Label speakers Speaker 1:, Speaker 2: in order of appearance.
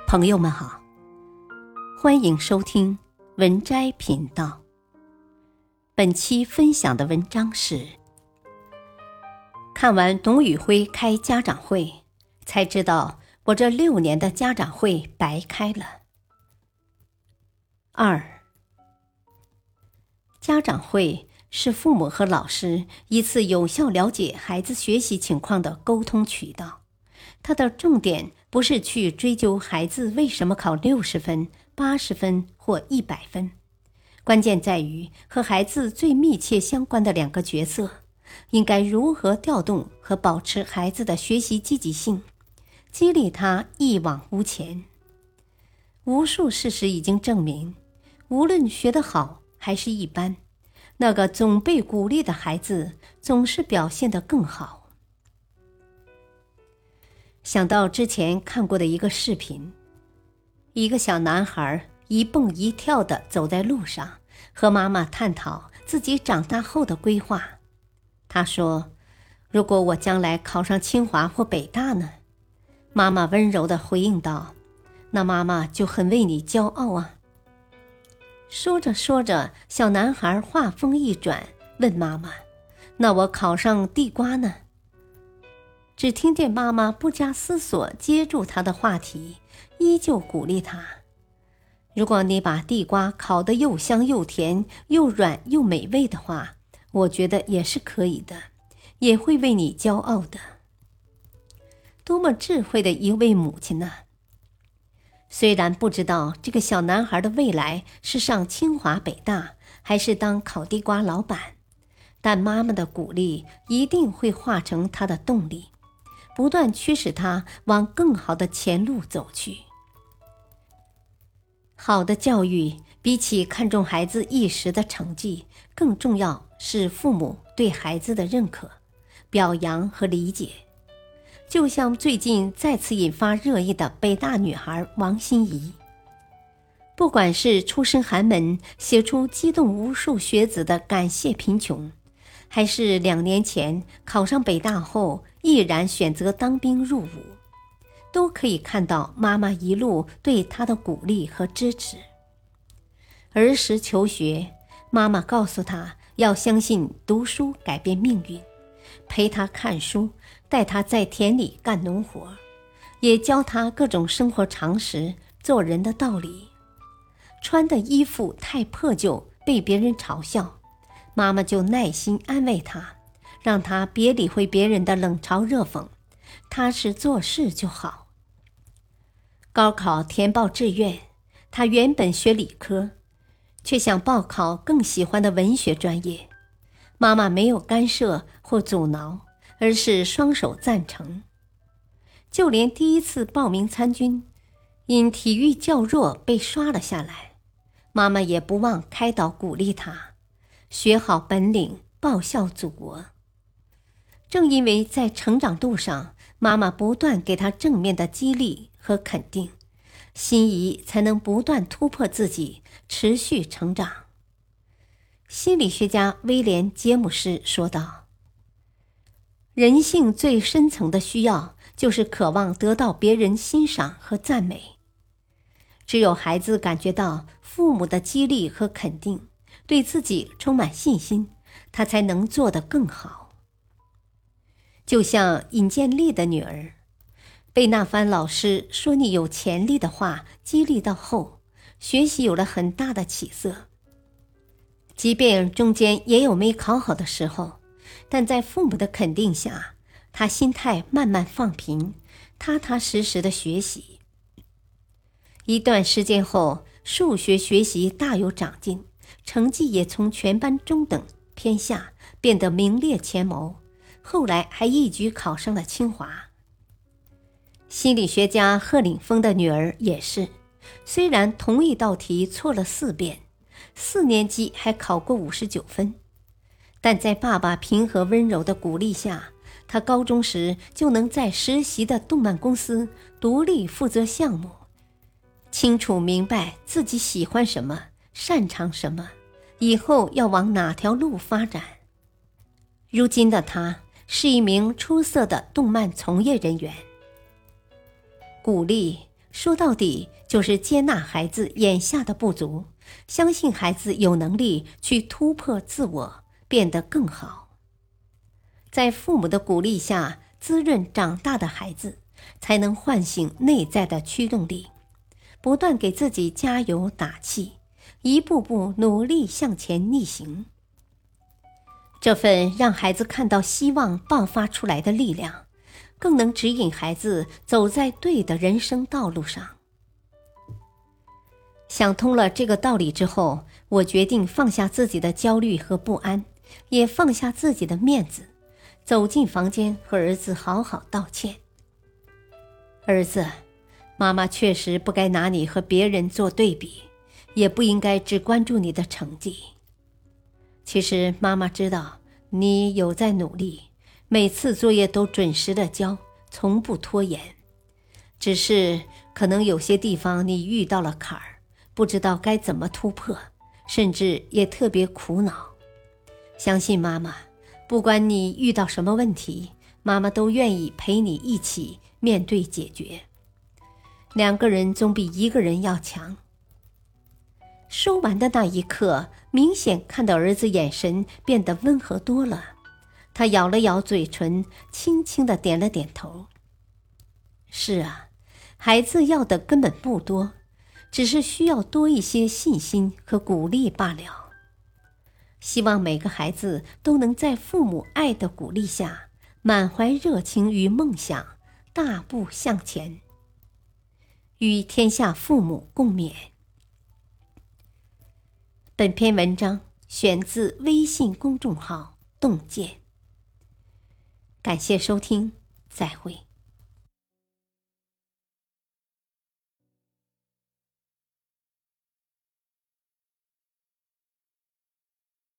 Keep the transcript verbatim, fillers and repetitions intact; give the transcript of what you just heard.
Speaker 1: 朋友们好，欢迎收听文摘频道。本期分享的文章是：看完董宇辉开家长会，才知道我这六年的家长会白开了。二，家长会是父母和老师一次有效了解孩子学习情况的沟通渠道。它的重点不是去追究孩子为什么考六十分、八十分或一百分，关键在于和孩子最密切相关的两个角色，应该如何调动和保持孩子的学习积极性，激励他一往无前。无数事实已经证明，无论学得好还是一般，那个总被鼓励的孩子总是表现得更好。想到之前看过的一个视频，一个小男孩一蹦一跳地走在路上，和妈妈探讨自己长大后的规划。他说，如果我将来考上清华或北大呢？妈妈温柔地回应道，那妈妈就很为你骄傲啊。说着说着，小男孩话锋一转，问妈妈，那我考上地瓜呢？只听见妈妈不加思索接住他的话题，依旧鼓励他，如果你把地瓜烤得又香又甜又软又美味的话，我觉得也是可以的，也会为你骄傲的。多么智慧的一位母亲呢！虽然不知道这个小男孩的未来是上清华北大还是当烤地瓜老板，但妈妈的鼓励一定会化成他的动力，不断驱使他往更好的前路走去。好的教育比起看重孩子一时的成绩，更重要是父母对孩子的认可、表扬和理解。就像最近再次引发热议的北大女孩王心怡，不管是出身寒门写出激动无数学子的感谢贫穷，还是两年前考上北大后毅然选择当兵入伍，都可以看到妈妈一路对她的鼓励和支持。儿时求学，妈妈告诉她要相信读书改变命运，陪她看书，带她在田里干农活，也教她各种生活常识、做人的道理。穿的衣服太破旧被别人嘲笑，妈妈就耐心安慰她，让她别理会别人的冷嘲热讽，踏实做事就好。高考填报志愿，她原本学理科，却想报考更喜欢的文学专业。妈妈没有干涉或阻挠，而是双手赞成。就连第一次报名参军，因体育较弱被刷了下来，妈妈也不忘开导鼓励她，学好本领，报效祖国。正因为在成长路上，妈妈不断给她正面的激励和肯定，心怡才能不断突破自己，持续成长。心理学家威廉·杰姆斯说道，人性最深层的需要就是渴望得到别人欣赏和赞美。只有孩子感觉到父母的激励和肯定，对自己充满信心，他才能做得更好。就像尹建莉的女儿，被那番老师说你有潜力的话激励到后，学习有了很大的起色。即便中间也有没考好的时候，但在父母的肯定下，他心态慢慢放平，踏踏实实的学习。一段时间后，数学学习大有长进，成绩也从全班中等偏下变得名列前茅，后来还一举考上了清华。心理学家贺岭峰的女儿也是，虽然同一道题错了四遍，四年级还考过五十九分，但在爸爸平和温柔的鼓励下，她高中时就能在实习的动漫公司独立负责项目，清楚明白自己喜欢什么，擅长什么，以后要往哪条路发展。如今的她是一名出色的动漫从业人员。鼓励说到底就是接纳孩子眼下的不足，相信孩子有能力去突破自我，变得更好。在父母的鼓励下滋润长大的孩子，才能唤醒内在的驱动力，不断给自己加油打气，一步步努力向前逆行。这份让孩子看到希望爆发出来的力量，更能指引孩子走在对的人生道路上。想通了这个道理之后，我决定放下自己的焦虑和不安，也放下自己的面子，走进房间和儿子好好道歉。儿子，妈妈确实不该拿你和别人做对比，也不应该只关注你的成绩。其实妈妈知道你有在努力，每次作业都准时的交，从不拖延。只是可能有些地方你遇到了坎儿，不知道该怎么突破，甚至也特别苦恼。相信妈妈，不管你遇到什么问题，妈妈都愿意陪你一起面对解决。两个人总比一个人要强。说完的那一刻，明显看到儿子眼神变得温和多了。他咬了咬嘴唇，轻轻地点了点头。是啊，孩子要的根本不多，只是需要多一些信心和鼓励罢了。希望每个孩子都能在父母爱的鼓励下，满怀热情与梦想，大步向前，与天下父母共勉。本篇文章选自微信公众号洞见。感谢收听，再会。